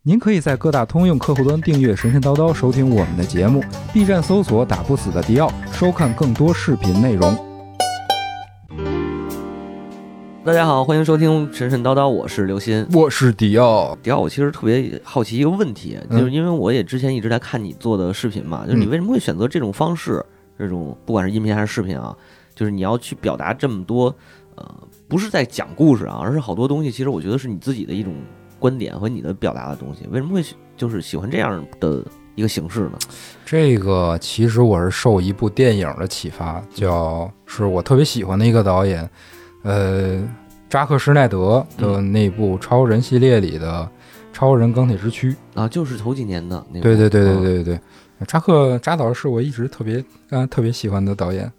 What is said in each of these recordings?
您可以在各大通用客户端订阅神神叨叨收听我们的节目， B 站搜索打不死的迪奥收看更多视频内容。 大家好，欢迎收听神神叨叨，我是刘鑫， 我是迪奥。 迪奥，我其实特别好奇一个问题，就是因为我也之前一直在看你做的视频嘛，就是你为什么会选择这种方式，这种不管是音频还是视频啊，就是你要去表达这么多，不是在讲故事啊，而是好多东西，其实我觉得是你自己的一种观点和你的表达的东西，为什么会就是喜欢这样的一个形式呢？ 这个其实我是受一部电影的启发，是我特别喜欢的一个导演，扎克施耐德的那部超人系列里的超人钢铁之躯啊，就是头几年的那部。 对，扎导是我一直特别喜欢的导演。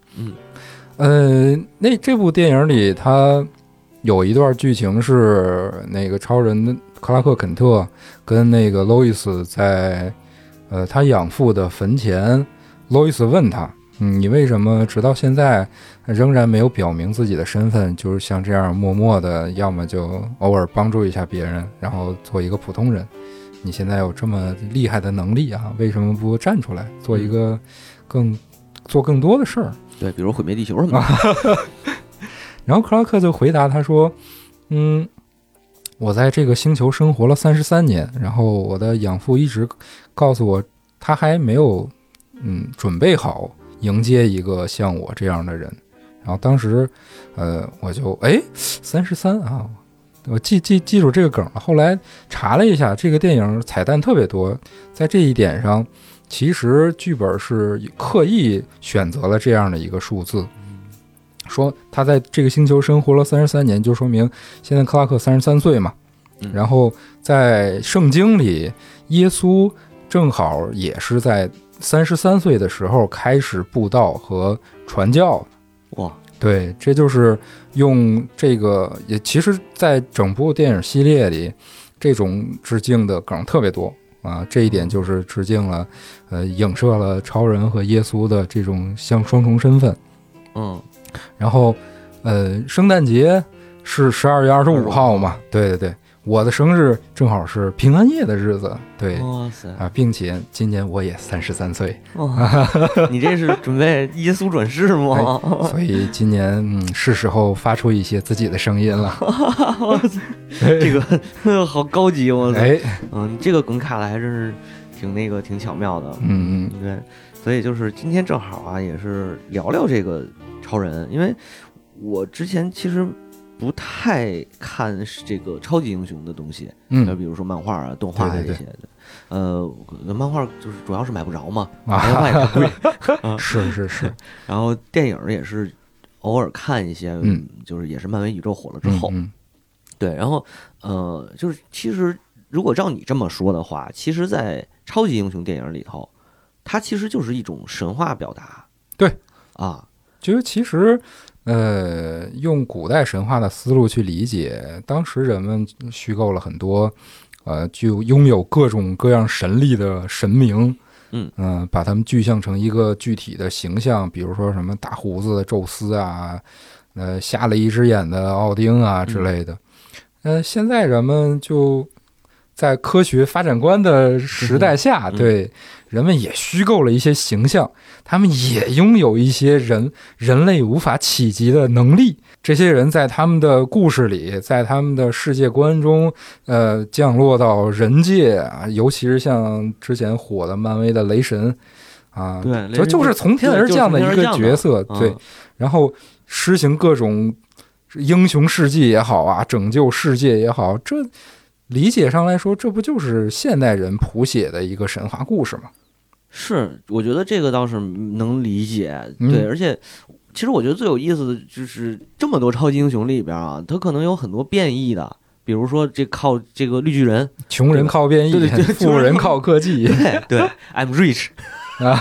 这部电影里他有一段剧情是那个超人克拉克肯特跟那个 Lois 在他养父的坟前， Lois 问他你为什么直到现在仍然没有表明自己的身份，就是像这样默默的，要么就偶尔帮助一下别人，然后做一个普通人，你现在有这么厉害的能力啊，为什么不站出来做一个做更多的事儿？ 对，比如毁灭地球什么的。 然后克拉克就回答他说我在这个星球生活了33年，然后我的养父一直告诉我他还没有准备好迎接一个像我这样的人。然后当时我就33啊，我记住这个梗了。后来查了一下，这个电影彩蛋特别多，在这一点上其实剧本是刻意选择了这样的一个数字，说他在这个星球生活了33年，就说明现在克拉克33岁嘛。然后在圣经里，耶稣正好也是在33岁的时候开始布道和传教。 哇， 对，这就是用这个，也其实在整部电影系列里，这种致敬的梗特别多啊。这一点就是致敬了，影射了超人和耶稣的这种双重身份。然后圣诞节是12月25号嘛，对，我的生日正好是平安夜的日子，对， 哇塞啊，并且今年我也33岁。 你这是准备耶稣转世吗？ 所以今年是时候发出一些自己的声音了。 这个好高级，我操！ 这个梗卡的还真是挺巧妙的。对，所以就是今天正好啊，也是聊聊这个超人，因为我之前其实不太看这个超级英雄的东西，比如说漫画啊、动画啊这些的。漫画就是主要是买不着嘛，漫画也太贵。 是。 然后电影也是偶尔看一些，就是也是漫威宇宙火了之后，对。然后就是其实如果照你这么说的话，其实，在超级英雄电影里头，它其实就是一种神话表达。 对啊， 就是其实。用古代神话的思路去理解，当时人们虚构了很多，就拥有各种各样神力的神明，把他们具象成一个具体的形象，比如说什么大胡子的宙斯啊，瞎了一只眼的奥丁啊之类的。现在人们就在科学发展观的时代下，对人们也虚构了一些形象，他们也拥有一些人类无法企及的能力。这些人在他们的故事里，在他们的世界观中，降落到人界啊，尤其是像之前火的漫威的雷神啊， 对， 就是从天而降的一个角色，对，然后施行各种英雄事迹也好啊，拯救世界也好，这理解上来说，这不就是现代人谱写的一个神话故事吗？ 是，我觉得这个倒是能理解，对，而且其实我觉得最有意思的就是这么多超级英雄里边啊，它可能有很多变异的，比如说靠这个绿巨人， 穷人靠变异，对，富人靠科技， 对，I'm rich 啊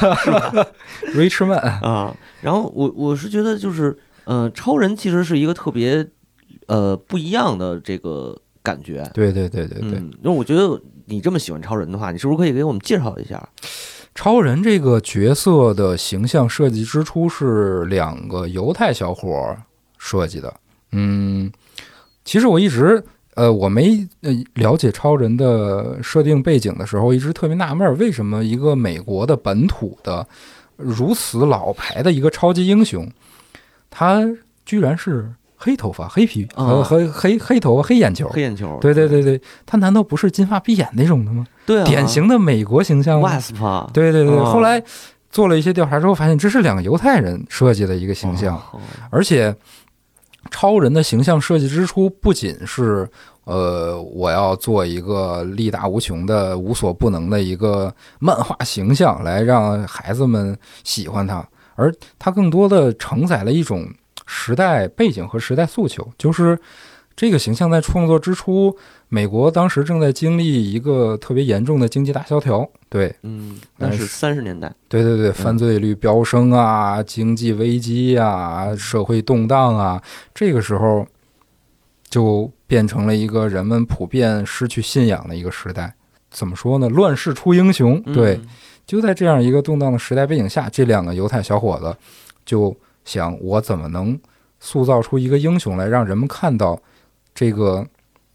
，rich man 啊。然后我是觉得就是超人其实是一个特别不一样的这个感觉， 对。 那我觉得你这么喜欢超人的话，你是不是可以给我们介绍一下？ 超人这个角色的形象设计之初是2个犹太小伙设计的。其实我一直我没了解超人的设定背景的时候，一直特别纳闷，为什么一个美国的本土的如此老牌的一个超级英雄，他居然是黑头发、黑皮和黑头发、黑眼球。对对对对，他难道不是金发碧眼那种的吗？ 对啊， 典型的美国形象吗 ？Wasp。 对对对，后来做了一些调查之后，发现这是2个犹太人设计的一个形象，而且超人的形象设计之初，不仅是我要做一个力大无穷的、无所不能的一个漫画形象来让孩子们喜欢他，而它更多的承载了一种时代背景和时代诉求，就是这个形象在创作之初，美国当时正在经历一个特别严重的经济大萧条。对， 那是30年代。 对对对，犯罪率飙升啊，经济危机啊，社会动荡啊，这个时候就变成了一个人们普遍失去信仰的一个时代。怎么说呢？乱世出英雄。对，就在这样一个动荡的时代背景下，这2个犹太小伙子就想，我怎么能塑造出一个英雄来，让人们看到这个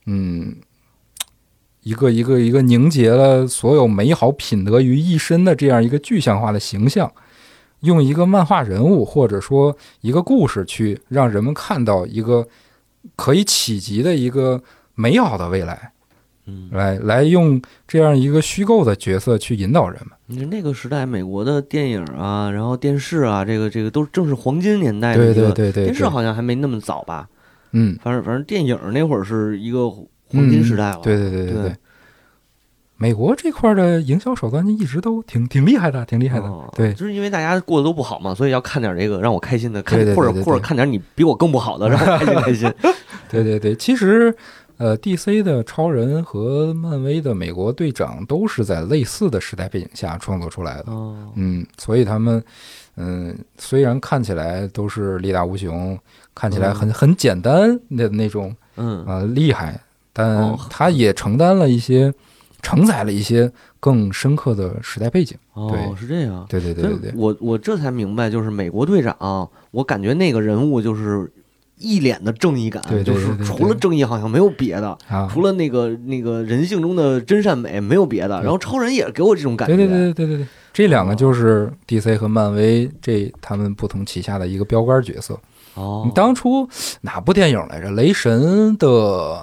一个凝结了所有美好品德于一身的这样一个具象化的形象，用一个漫画人物或者说一个故事去让人们看到一个可以企及的一个美好的未来。来用这样一个虚构的角色去引导人们。 你那个时代，美国的电影啊，然后电视啊，这个都正是黄金年代的一个。 对， 电视好像还没那么早吧？反正电影那会儿是一个黄金时代了。 对。美国这块的营销手段一直都挺厉害的，挺厉害的。对， 就是因为大家过得都不好嘛，所以要看点这个让我开心的，或者看点你比我更不好的，让我开心。 对，其实。DC 的超人和漫威的美国队长都是在类似的时代背景下创作出来的。所以他们虽然看起来都是力大无穷，看起来很简单的那种厉害，但他也承载了一些更深刻的时代背景。对， 是这样。 对。 我这才明白，就是美国队长，我感觉那个人物就是一脸的正义感，就是除了正义好像没有别的，除了那个人性中的真善美没有别的。然后超人也给我这种感觉。 对，这2个就是 DC 和漫威他们不同旗下的一个标杆角色。你当初哪部电影来着？雷神的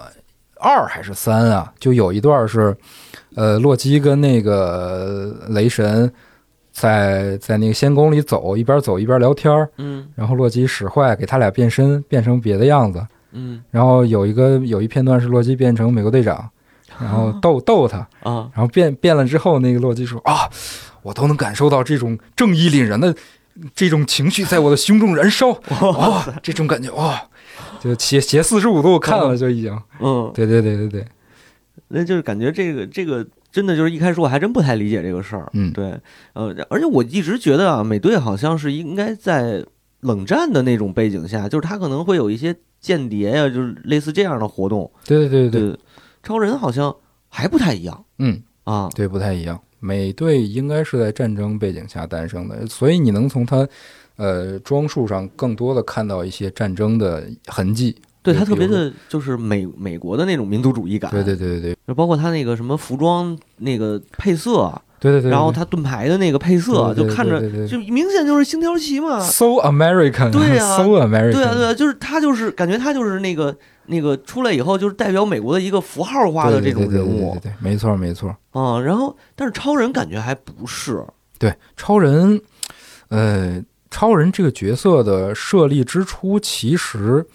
2还是3啊？就有一段是洛基跟那个雷神在那个仙宫里走，一边走一边聊天，然后洛基使坏，给他俩变身，变成别的样子，然后有一片段是洛基变成美国队长，然后逗他然后变了之后，那个洛基说我都能感受到这种正义凛然的这种情绪在我的胸中燃烧，这种感觉就斜45度看了就已经，对， 那就是感觉这个。真的就是一开始我还真不太理解这个事儿，对，而且我一直觉得美队好像是应该在冷战的那种背景下，就是他可能会有一些间谍呀，就是类似这样的活动。对，超人好像还不太一样， 对，不太一样。美队应该是在战争背景下诞生的，所以你能从他装束上更多的看到一些战争的痕迹。 对，他特别的就是美国的那种民族主义感。 对， 就包括他那个什么服装那个配色， 对， 然后他盾牌的那个配色，就看着就明显就是星条旗嘛 ，So American， 对啊 ，So American， 对啊，就是他就是感觉他就是那个出来以后就是代表美国的一个符号化的这种人物， 对，没错然后但是超人感觉还不是， 对，超人这个角色的设立之初，其实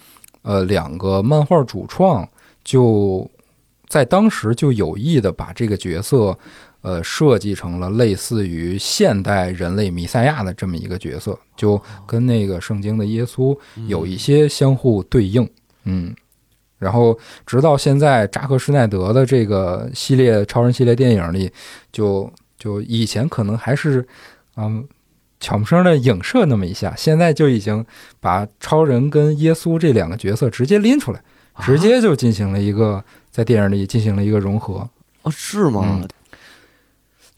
2个漫画主创就在当时就有意的把这个角色设计成了类似于现代人类弥赛亚的这么一个角色，就跟那个圣经的耶稣有一些相互对应。然后直到现在扎克施耐德的这个超人系列电影里，就以前可能还是悄无声的影射那么一下，现在就已经把超人跟耶稣这2个角色直接拎出来，直接就进行了一个在电影里进行了一个融合。 是吗？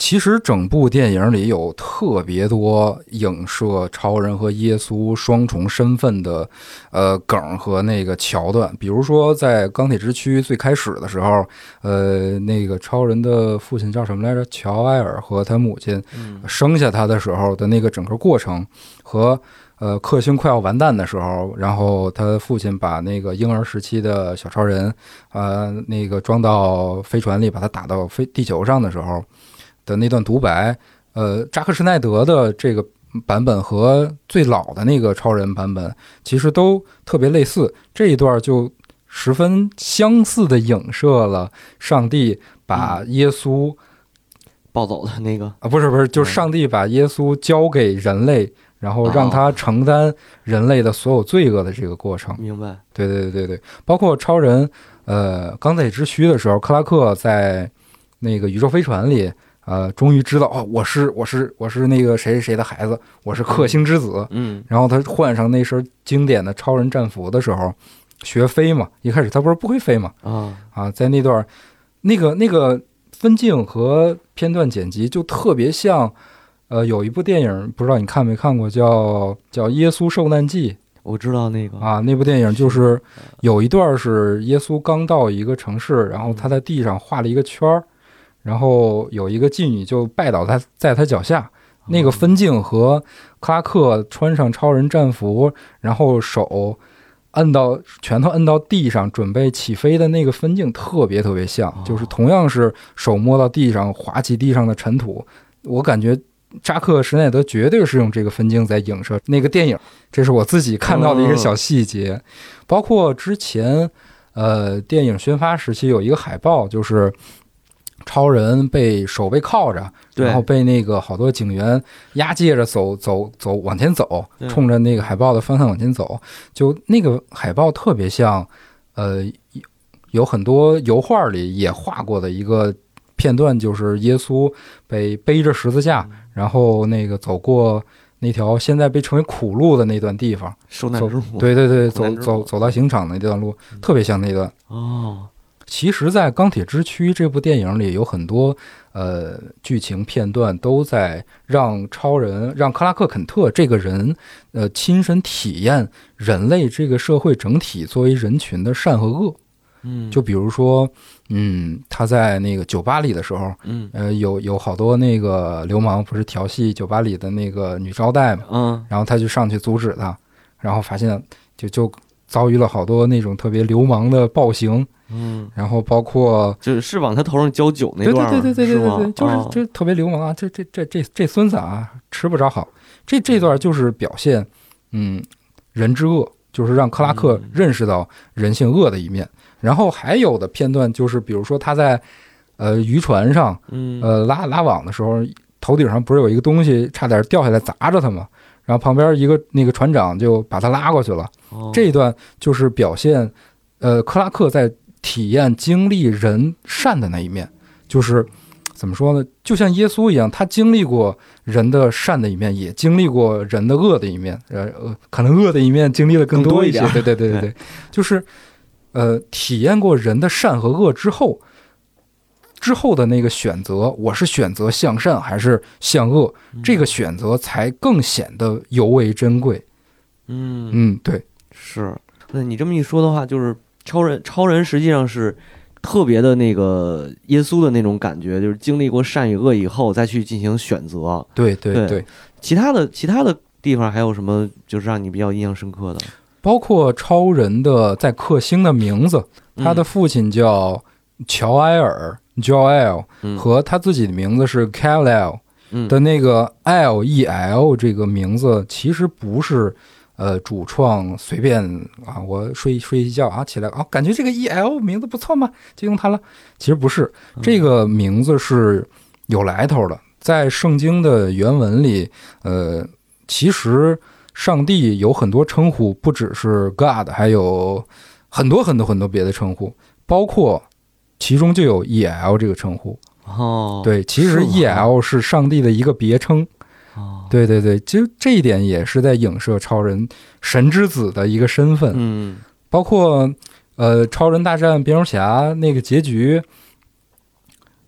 其实整部电影里有特别多影射超人和耶稣双重身份的梗和那个桥段，比如说在钢铁之躯最开始的时候，那个超人的父亲叫什么来着？乔埃尔和他母亲生下他的时候的那个整个过程，和克星快要完蛋的时候，然后他父亲把那个婴儿时期的小超人那个装到飞船里，把他打到地球上的时候的那段独白，扎克施耐德的这个版本和最老的那个超人版本其实都特别类似，这一段就十分相似的影射了上帝把耶稣抱走的那个不是，就是上帝把耶稣交给人类，然后让他承担人类的所有罪恶的这个过程。 明白？ 对，包括超人钢铁之躯的时候，克拉克在那个宇宙飞船里终于知道我是那个谁谁的孩子，我是克星之子。然后他换上那身经典的超人战服的时候，学飞嘛，一开始他不会飞嘛，在那段那个分镜和片段剪辑就特别像，有一部电影不知道你看没看过，叫《耶稣受难记》。 我知道那个那部电影就是有一段是耶稣刚到一个城市，然后他在地上画了一个圈，然后有一个妓女就拜倒在他脚下，那个分镜和克拉克穿上超人战服，然后手拳头摁到地上准备起飞的那个分镜特别特别像，就是同样是手摸到地上划起地上的尘土，我感觉扎克施耐德绝对是用这个分镜在影射那个电影，这是我自己看到的一个小细节。包括之前电影宣发时期有一个海报，就是超人手被铐着，然后被那个好多警员押解着走往前走，冲着那个海报的方向往前走，就那个海报特别像有很多油画里也画过的一个片段，就是耶稣被背着十字架，然后那个走过那条现在被称为苦路的那段地方， 受难之路。 对，走到刑场的那段路，特别像那段。其实在钢铁之躯这部电影里有很多剧情片段都在让克拉克肯特这个人亲身体验人类这个社会整体作为人群的善和恶。就比如说他在那个酒吧里的时候，有好多那个流氓不是调戏酒吧里的那个女招待嘛，然后他就上去阻止他，然后发现就遭遇了好多那种特别流氓的暴行。然后包括就是往他头上浇酒那段， 对，就是特别流氓啊！这孙子啊，吃不着好。这段就是表现，人之恶，就是让克拉克认识到人性恶的一面。然后还有的片段就是，比如说他在渔船上，拉网的时候，头顶上不是有一个东西差点掉下来砸着他吗？然后旁边一个那个船长就把他拉过去了。这一段就是表现，克拉克在体验经历人善的那一面，就是怎么说呢，就像耶稣一样，他经历过人的善的一面，也经历过人的恶的一面，可能恶的一面经历了更多一些。对，就是体验过人的善和恶之后的那个选择，我是选择向善还是向恶，这个选择才更显得尤为珍贵。对， 是。那你这么一说的话，就是超人实际上是特别的那个耶稣的那种感觉，就是经历过善与恶以后再去进行选择。对。其他的地方还有什么就是让你比较印象深刻的？ 包括超人的在克星的名字，他的父亲叫乔埃尔 Joel，和他自己的名字是 Kal-El 的那个 L-E-L 这个名字其实不是主创随便我睡一觉起来感觉这个 EL 名字不错嘛，就用它了。其实不是，这个名字是有来头的。在圣经的原文里，其实上帝有很多称呼，不只是 God， 还有很多很多很多别的称呼，包括其中就有 EL 这个称呼。对，其实 EL 是上帝的一个别称。对，就这一点也是在影射超人神之子的一个身份。包括超人大战蝙蝠侠那个结局，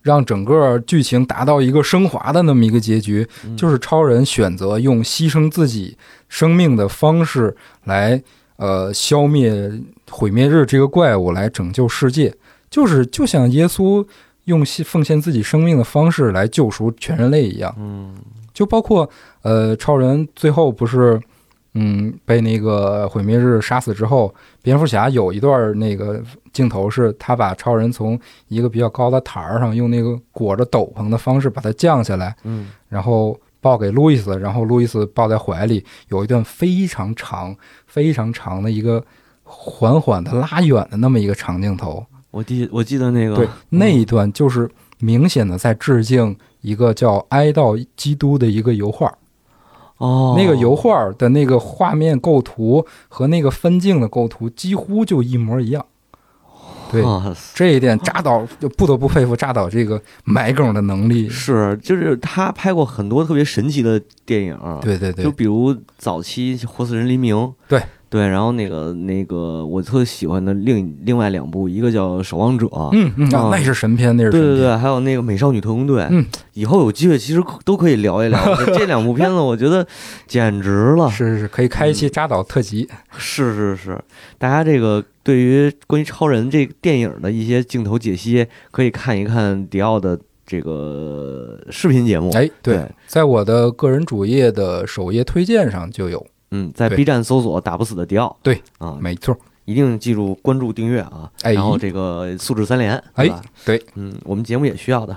让整个剧情达到一个升华的那么一个结局，就是超人选择用牺牲自己生命的方式来消灭毁灭日这个怪物，来拯救世界，就像耶稣用奉献自己生命的方式来救赎全人类一样。就包括超人最后不是被那个毁灭日杀死之后，蝙蝠侠有一段那个镜头是他把超人从一个比较高的台上用那个裹着斗篷的方式把他降下来，然后抱给路易斯，然后路易斯抱在怀里，有一段非常长的一个缓缓的拉远的那么一个长镜头。 我记得那个， 对，那一段就是明显的在致敬一个叫《哀悼基督》的一个油画。那个油画的那个画面构图和那个分镜的构图几乎就一模一样。对，这一点扎导就不得不佩服扎导这个埋梗的能力。 是，就是他拍过很多特别神奇的电影。 对， 就比如早期《活死人黎明》。对，然后那个我特喜欢的另外2部，一个叫《守望者》， 那是神片，那是神片。 对，还有那个《美少女特工队》，以后有机会其实都可以聊一聊这2部片子，我觉得简直了。 是，可以开一期扎导特辑。 是，大家这个对于关于超人这个电影的一些镜头解析，可以看一看迪奥的这个视频节目。 对，在我的个人主页的首页推荐上就有。 在 B 站搜索打不死的迪奥。 对没错， 一定记住关注订阅啊，然后这个素质3连，对吧？ 对， 我们节目也需要的。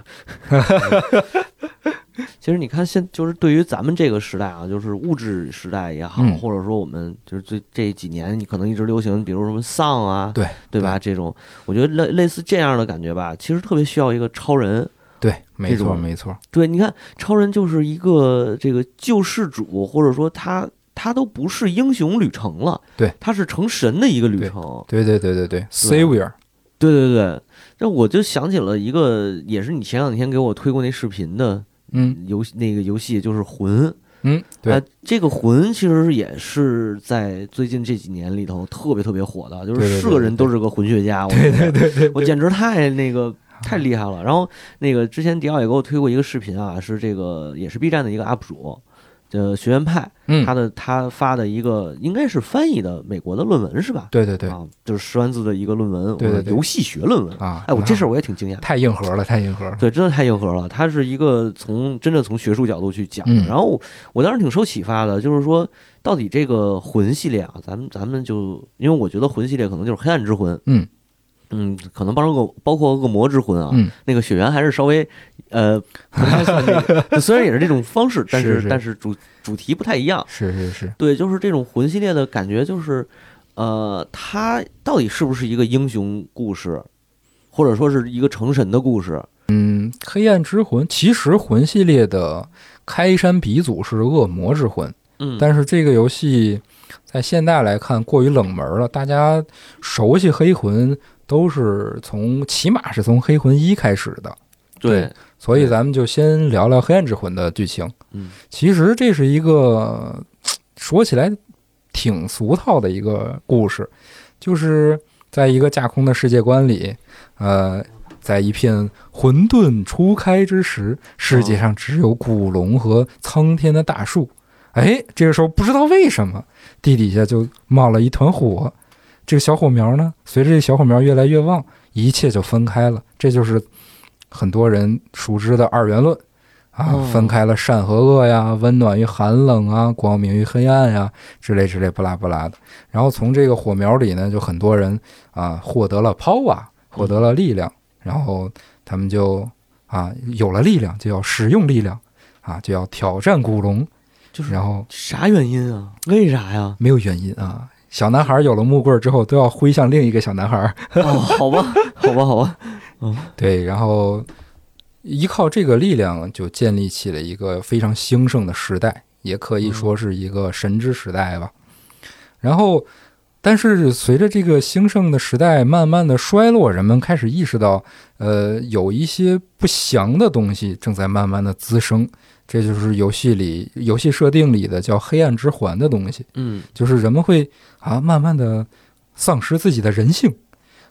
其实你看，就是对于咱们这个时代啊，就是物质时代也好，或者说我们就是这几年，你可能一直流行，比如什么丧啊，对吧？这种我觉得类似这样的感觉吧，其实特别需要一个超人。 对，没错。 对，你看超人就是一个这个救世主，或者说他都不是英雄旅程了， 对， 他是成神的一个旅程。 对 Savior。 对，那我就想起了一个，也是你前2天给我推过那视频的，那个游戏就是魂。 对， 这个魂其实也是在最近这几年里头特别火的，就是是个人都是个魂学家。 对， 我简直太厉害了。然后那个之前迪奥也给我推过一个视频啊，是这个也是 B 站的一个 UP 主。学院派，他发的一个应该是翻译的美国的论文是吧？ 对就是10万字的一个论文， 对， 游戏学论文啊！ 我这事儿我也挺惊讶， 太硬核了。 对，真的太硬核了。他是一个真的从学术角度去讲，然后我当时挺受启发的，就是说到底这个魂系列啊，咱们就因为我觉得魂系列可能就是黑暗之魂，可能包括恶魔之魂啊，那个血缘还是稍微不太算那个，虽然也是这种方式，但是主题不太一样。 是， 对，就是这种魂系列的感觉，就是它到底是不是一个英雄故事，或者说是一个成神的故事？ 黑暗之魂其实魂系列的开山鼻祖是恶魔之魂，但是这个游戏在现代来看过于冷门了，大家熟悉黑魂都是起码是从黑魂1开始的。对，所以咱们就先聊聊黑暗之魂的剧情。其实这是一个说起来挺俗套的一个故事，就是在一个架空的世界观里，在一片混沌初开之时，世界上只有古龙和苍天的大树。这个时候不知道为什么地底下就冒了一团火，这个小火苗呢，随着这个小火苗越来越旺，一切就分开了。这就是很多人熟知的二元论啊，分开了善和恶呀，温暖与寒冷啊，光明与黑暗呀，之类不拉不拉的。然后从这个火苗里呢，就很多人啊获得了 power， 获得了力量，然后他们就有了力量，就要使用力量啊，就要挑战古龙。 就是然后啥原因啊？为啥呀？ 没有原因啊。小男孩有了木棍之后，都要挥向另一个小男孩。 好吧。 对，然后依靠这个力量，就建立起了一个非常兴盛的时代，也可以说是一个神之时代吧。然后，但是随着这个兴盛的时代慢慢的衰落，人们开始意识到，有一些不祥的东西正在慢慢的滋生。这就是游戏设定里的叫黑暗之环的东西。就是人们会慢慢的丧失自己的人性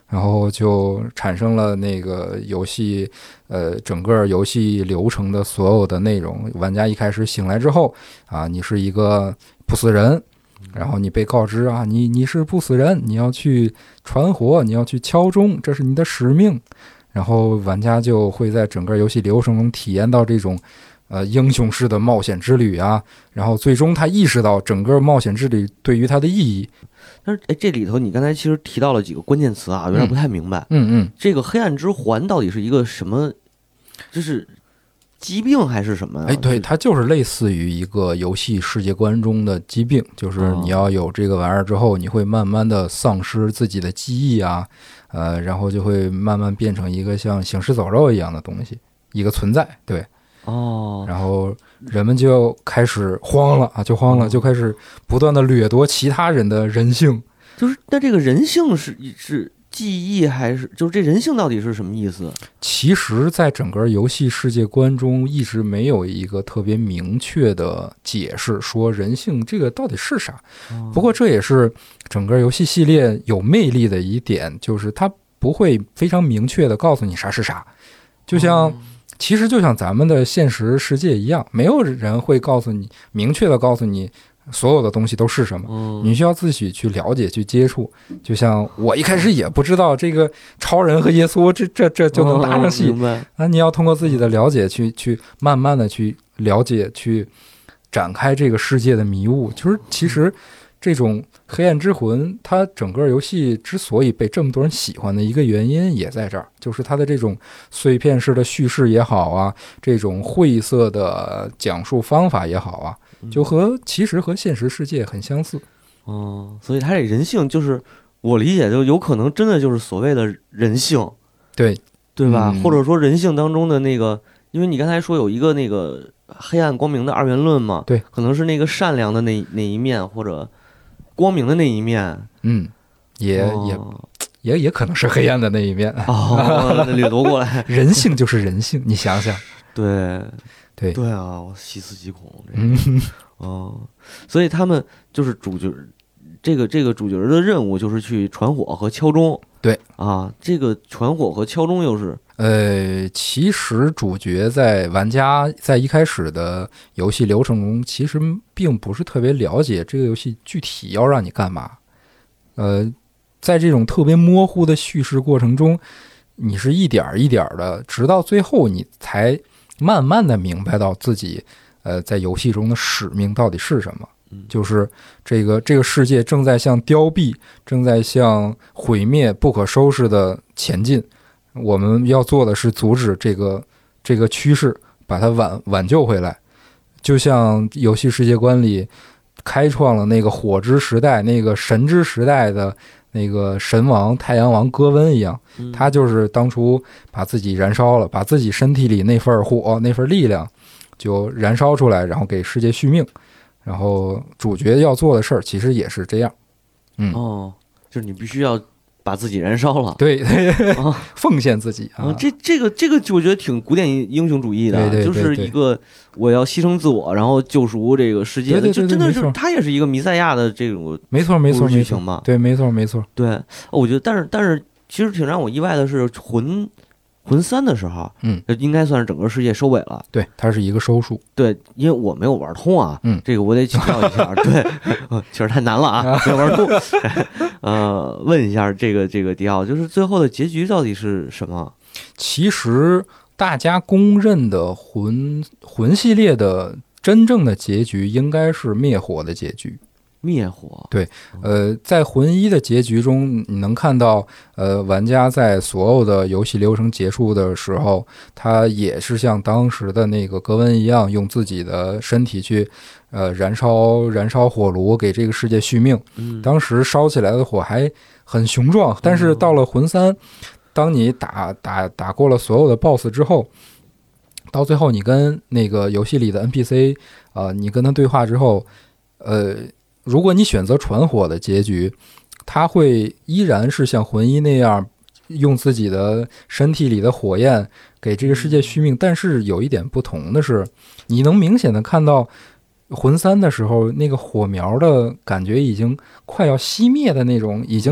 然后就产生了那个游戏，整个游戏流程的所有的内容。玩家一开始醒来之后啊，你是一个不死人，然后你被告知啊，你是不死人，你要去传火，你要去敲钟，这是你的使命。然后玩家就会在整个游戏流程中体验到这种英雄式的冒险之旅啊，然后最终他意识到整个冒险之旅对于他的意义。 但是这里头你刚才其实提到了几个关键词啊，有点不太明白。这个黑暗之环到底是一个什么？就是疾病还是什么？ 对，它就是类似于一个游戏世界观中的疾病，就是你要有这个玩意儿之后，你会慢慢的丧失自己的记忆啊，然后就会慢慢变成一个像行尸走肉一样的东西，一个存在。对。然后人们就开始慌了啊，就开始不断的掠夺其他人的人性。 就是那这个人性是记忆还是就是这人性到底是什么意思？ 其实在整个游戏世界观中一直没有一个特别明确的解释，说人性这个到底是啥。不过这也是整个游戏系列有魅力的一点，就是它不会非常明确的告诉你啥是啥，其实就像咱们的现实世界一样，没有人会明确的告诉你所有的东西都是什么，你需要自己去了解去接触。就像我一开始也不知道这个超人和耶稣这就能搭上戏，那你要通过自己的了解去慢慢的去了解，去展开这个世界的迷雾。就是其实这种黑暗之魂它整个游戏之所以被这么多人喜欢的一个原因也在这儿，就是它的这种碎片式的叙事也好啊，这种晦涩的讲述方法也好啊，就其实和现实世界很相似。 所以它这人性就是我理解就有可能真的就是所谓的人性，对吧？或者说人性当中的那个，因为你刚才说有一个那个黑暗光明的二元论嘛， 对， 可能是那个善良的那一面或者光明的那一面， 也可能是黑暗的那一面。 掠夺过来， 人性就是人性，你想想。对啊，我细思极恐。所以他们就是主角，这个主角的任务就是去传火和敲钟。 对啊，这个传火和敲钟又是其实主角玩家在一开始的游戏流程中，其实并不是特别了解这个游戏具体要让你干嘛。在这种特别模糊的叙事过程中，你是一点一点的，直到最后你才慢慢的明白到自己在游戏中的使命到底是什么。就是这个世界正在向凋敝，正在向毁灭不可收拾的前进。我们要做的是阻止这个趋势，把它挽救回来。就像游戏世界观里开创了那个火之时代、那个神之时代的那个神王太阳王戈温一样，他就是当初把自己燃烧了，把自己身体里那份火、那份力量就燃烧出来，然后给世界续命。然后主角要做的事儿其实也是这样。 就是你必须要把自己燃烧了， 对，奉献自己啊。 这个我觉得挺古典英雄主义的， 对， 就是一个我要牺牲自我，然后救赎这个世界，就真的是他也是一个弥赛亚的这种没错剧情嘛。 对，没错。 对，我觉得，但是其实挺让我意外的是魂3的时候，应该算是整个世界收尾了。 对，它是一个收束。 对，因为我没有玩通啊，这个我得请教一下。对，确实太难了啊，没有玩通。问一下这个迪奥，就是最后的结局到底是什么？ 其实大家公认的魂系列的真正的结局应该是灭火的结局。 灭火， 对，在魂1的结局中，你能看到，玩家在所有的游戏流程结束的时候，他也是像当时的那个格温一样，用自己的身体去，燃烧火炉，给这个世界续命。当时烧起来的火还很雄壮，但是到了魂3，当你打过了所有的 BOSS 之后，到最后你跟那个游戏里的 NPC，你跟他对话之后，如果你选择传火的结局，他会依然是像魂1那样用自己的身体里的火焰给这个世界续命，但是有一点不同的是，你能明显的看到魂3的时候那个火苗的感觉已经快要熄灭的那种，已经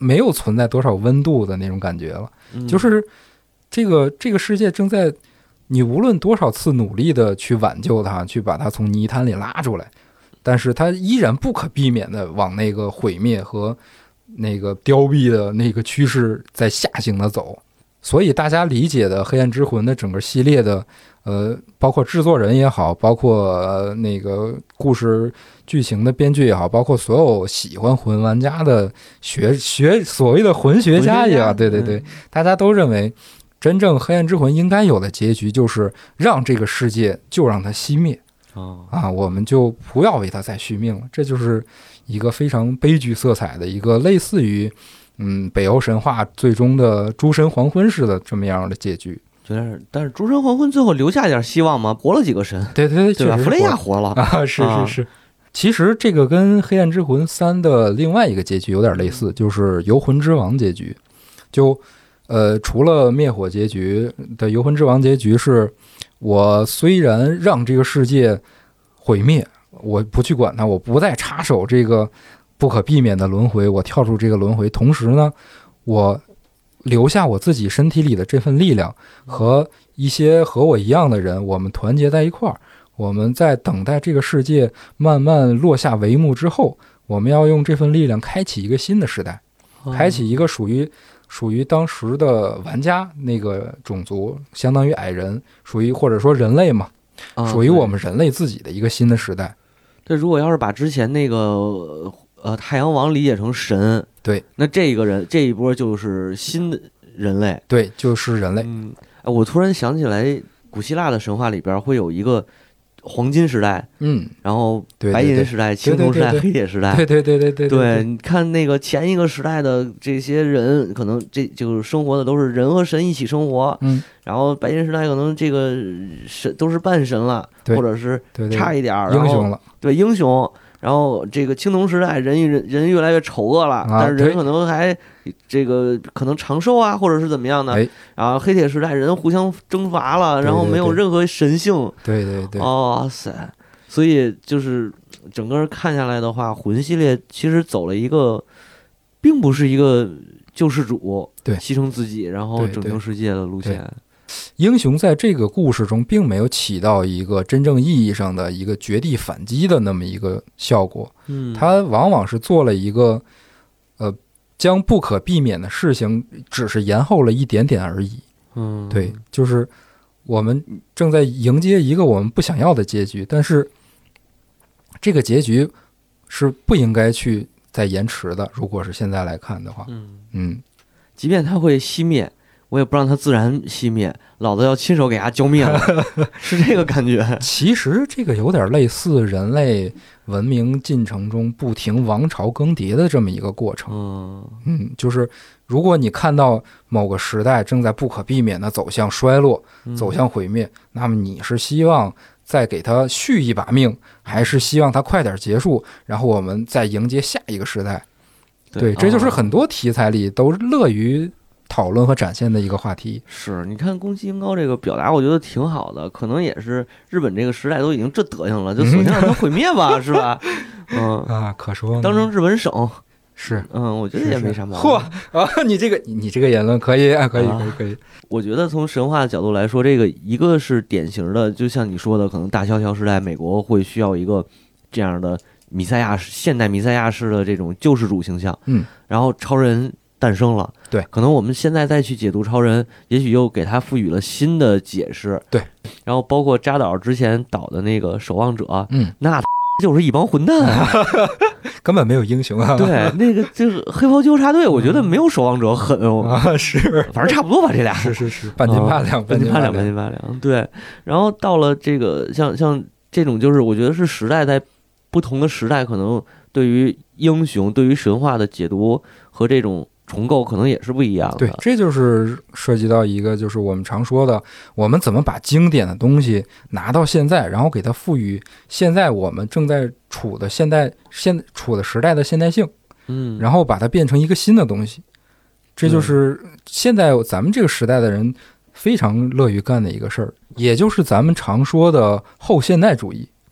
没有存在多少温度的那种感觉了，就是这个世界正在你无论多少次努力的去挽救它，去把它从泥潭里拉出来，但是它依然不可避免的往那个毁灭和那个凋敝的那个趋势在下行的走。所以大家理解的《黑暗之魂》的整个系列的包括制作人也好，包括那个故事剧情的编剧也好，包括所有喜欢魂玩家的所谓的魂学家也好，对对对，大家都认为真正《黑暗之魂》应该有的结局就是让这个世界就让它熄灭我们就不要为它再续命了。这就是一个非常悲剧色彩的一个类似于北欧神话最终的诸神黄昏式的这么样的结局。 但是诸神黄昏最后留下点希望吗？活了几个神？ 对对对吧？弗雷亚活了是是是。其实这个跟《黑暗之魂3》的另外一个结局有点类似，就是游魂之王结局。就除了灭火结局的游魂之王结局是，我虽然让这个世界毁灭，我不去管它，我不再插手这个不可避免的轮回，我跳出这个轮回，同时呢，我留下我自己身体里的这份力量和一些和我一样的人，我们团结在一块儿，我们在等待这个世界慢慢落下帷幕之后，我们要用这份力量开启一个新的时代，开启一个属于当时的玩家那个种族，相当于矮人，属于或者说人类嘛，属于我们人类自己的一个新的时代。 这如果要是把之前那个太阳王理解成神， 对， 那这一波就是新的人类， 对，就是人类。 我突然想起来，古希腊的神话里边会有一个黄金时代，然后白银时代、青铜时代、黑铁时代，对，你看那个前一个时代的这些人，可能这就是生活的都是人和神一起生活，然后白银时代可能这个神都是半神了，或者是差一点英雄了， 对，英雄。然后这个青铜时代人越来越丑恶了，但是人可能还这个可能长寿啊，或者是怎么样的。然后黑铁时代人互相征伐了，然后没有任何神性。 对对对。 哇塞！所以就是整个看下来的话，魂系列其实走了一个，并不是一个救世主对牺牲自己然后拯救世界的路线。 英雄在这个故事中并没有起到一个真正意义上的一个绝地反击的那么一个效果，他往往是做了一个将不可避免的事情只是延后了一点点而已。对，就是我们正在迎接一个我们不想要的结局，但是这个结局是不应该去再延迟的，如果是现在来看的话。 即便它会熄灭，我也不让它自然熄灭，老子要亲手给它浇灭了，是这个感觉。 其实这个有点类似人类文明进程中不停王朝更迭的这么一个过程。就是如果你看到某个时代正在不可避免的走向衰落，走向毁灭，那么你是希望再给它续一把命，还是希望它快点结束，然后我们再迎接下一个时代？对，这就是很多题材里都乐于讨论和展现的一个话题。 是，你看宫崎英高这个表达我觉得挺好的，可能也是日本这个时代都已经这德行了，就索性让它毁灭吧，是吧？ 可说呢， 当成日本省是， 我觉得也没啥毛病。 你这个言论可以啊，可以。 我觉得从神话的角度来说，这个一个是典型的，就像你说的，可能大萧条时代美国会需要一个这样的现代弥赛亚式的这种救世主形象，然后超人诞生了， 对， 可能我们现在再去解读超人，也许又给他赋予了新的解释， 对， 然后包括扎导之前导的那个守望者，那就是一帮混蛋根本没有英雄啊， 对，那个就是黑袍纠察队，我觉得没有守望者狠是， 反正差不多吧，这俩是半斤八两， 半斤八两，对，然后到了这个像这种，就是我觉得是时代在不同的时代，可能对于英雄、对于神话的解读和这种重构，可能也是不一样的。 对，这就是涉及到一个，就是我们常说的，我们怎么把经典的东西拿到现在，然后给它赋予现在我们正在处的处的时代的现代性，然后把它变成一个新的东西。这就是现在咱们这个时代的人非常乐于干的一个事儿，也就是咱们常说的后现代主义。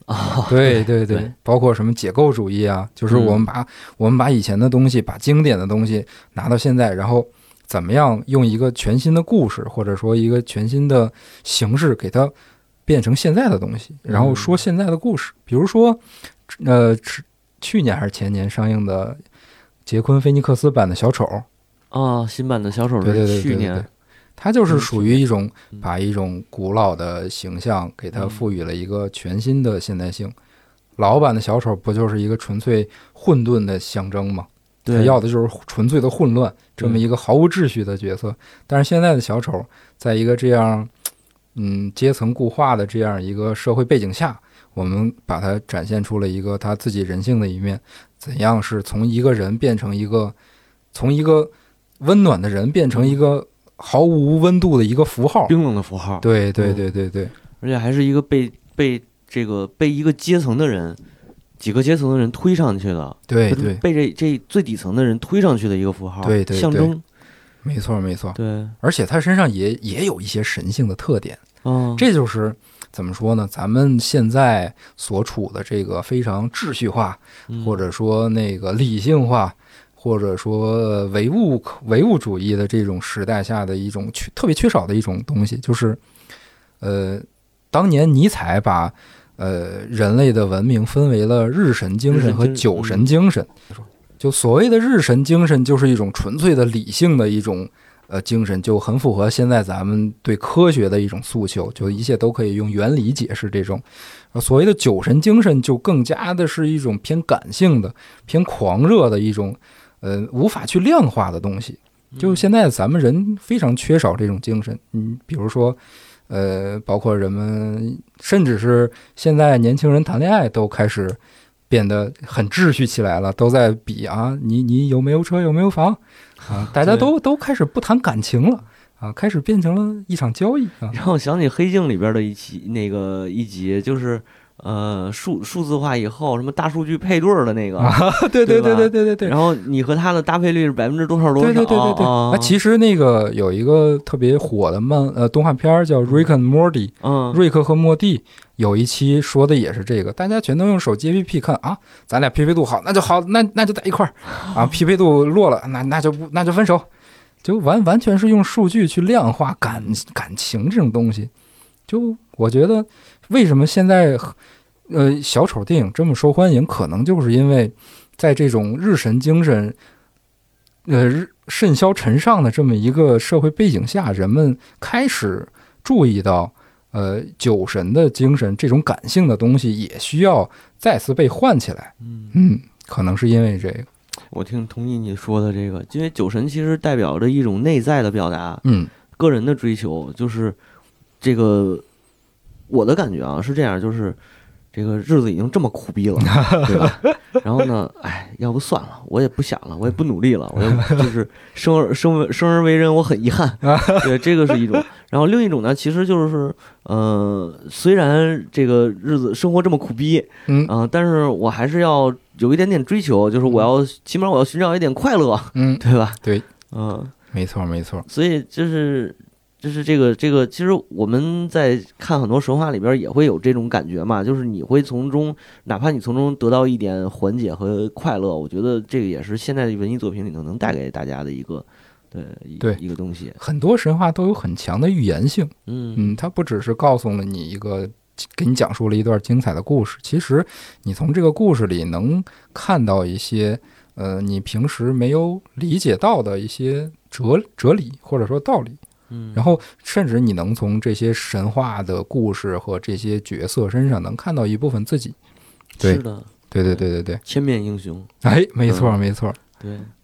对对对，包括什么解构主义啊，就是我们把以前的东西，把经典的东西拿到现在，然后怎么样用一个全新的故事，或者说一个全新的形式给它变成现在的东西，然后说现在的故事。比如说去年还是前年上映的杰昆·菲尼克斯版的小丑啊，新版的小丑是去年。 它就是属于一种把一种古老的形象给它赋予了一个全新的现代性。老版的小丑不就是一个纯粹混沌的象征吗？他要的就是纯粹的混乱，这么一个毫无秩序的角色。但是现在的小丑，在一个这样阶层固化的这样一个社会背景下，我们把它展现出了一个他自己人性的一面，怎样是从一个人变成从一个温暖的人变成一个毫无温度的一个符号， 冰冷的符号。 对对对对对， 而且还是一个被一个阶层的人，几个阶层的人推上去的， 对对， 被这最底层的人推上去的一个符号， 对对， 象征。 没错没错， 对， 而且他身上也有一些神性的特点。这就是怎么说呢？咱们现在所处的这个非常秩序化，或者说那个理性化，或者说唯物主义的这种时代下的一种特别缺少的一种东西，就是当年尼采把人类的文明分为了日神精神和酒神精神。就所谓的日神精神就是一种纯粹的理性的一种精神，就很符合现在咱们对科学的一种诉求，就一切都可以用原理解释。这种所谓的酒神精神就更加的是一种偏感性的、偏狂热的一种无法去量化的东西。就现在咱们人非常缺少这种精神。比如说包括人们甚至是现在年轻人谈恋爱都开始变得很秩序起来了，都在比啊，你有没有车，有没有房啊？大家都开始不谈感情了啊，开始变成了一场交易啊。 让我想起《黑镜》里边的一集，就是数字化以后什么大数据配对的那个， 对对对对对对对。 然后你和他的搭配率是多少多少？ 对对对对对。其实那个有一个特别火的动画片叫《Rick and Morty》，瑞克和莫蒂。有一期说的也是这个，大家全都用手机 APP 看啊，咱俩匹配度好，那就好，那就在一块儿啊，匹配度弱了，那就分手，就完全是用数据去量化感情这种东西。就我觉得为什么现在小丑电影这么受欢迎，可能就是因为在这种日神精神甚嚣尘上的这么一个社会背景下，人们开始注意到酒神的精神这种感性的东西也需要再次被唤起来。可能是因为这个。 我同意你说的这个，因为酒神其实代表着一种内在的表达，个人的追求，就是这个我的感觉啊是这样，就是这个日子已经这么苦逼了，对吧？然后呢，要不算了，我也不想了，我也不努力了，我就是生而为人，我很遗憾。对，这个是一种。然后另一种呢，其实就是虽然这个日子生活这么苦逼，但是我还是要有一点点追求，就是起码我要寻找一点快乐，对吧？ 对，没错没错。 所以就是这个，其实我们在看很多神话里边也会有这种感觉嘛，就是你会哪怕你从中得到一点缓解和快乐，我觉得这个也是现在的文艺作品里头能带给大家的一个一个东西。 很多神话都有很强的预言性，它不只是告诉了你给你讲述了一段精彩的故事，其实你从这个故事里能看到一些你平时没有理解到的一些哲理或者说道理。然后甚至你能从这些神话的故事和这些角色身上能看到一部分自己。对， 是的， 对对对对对， 千面英雄。 没错没错。 对，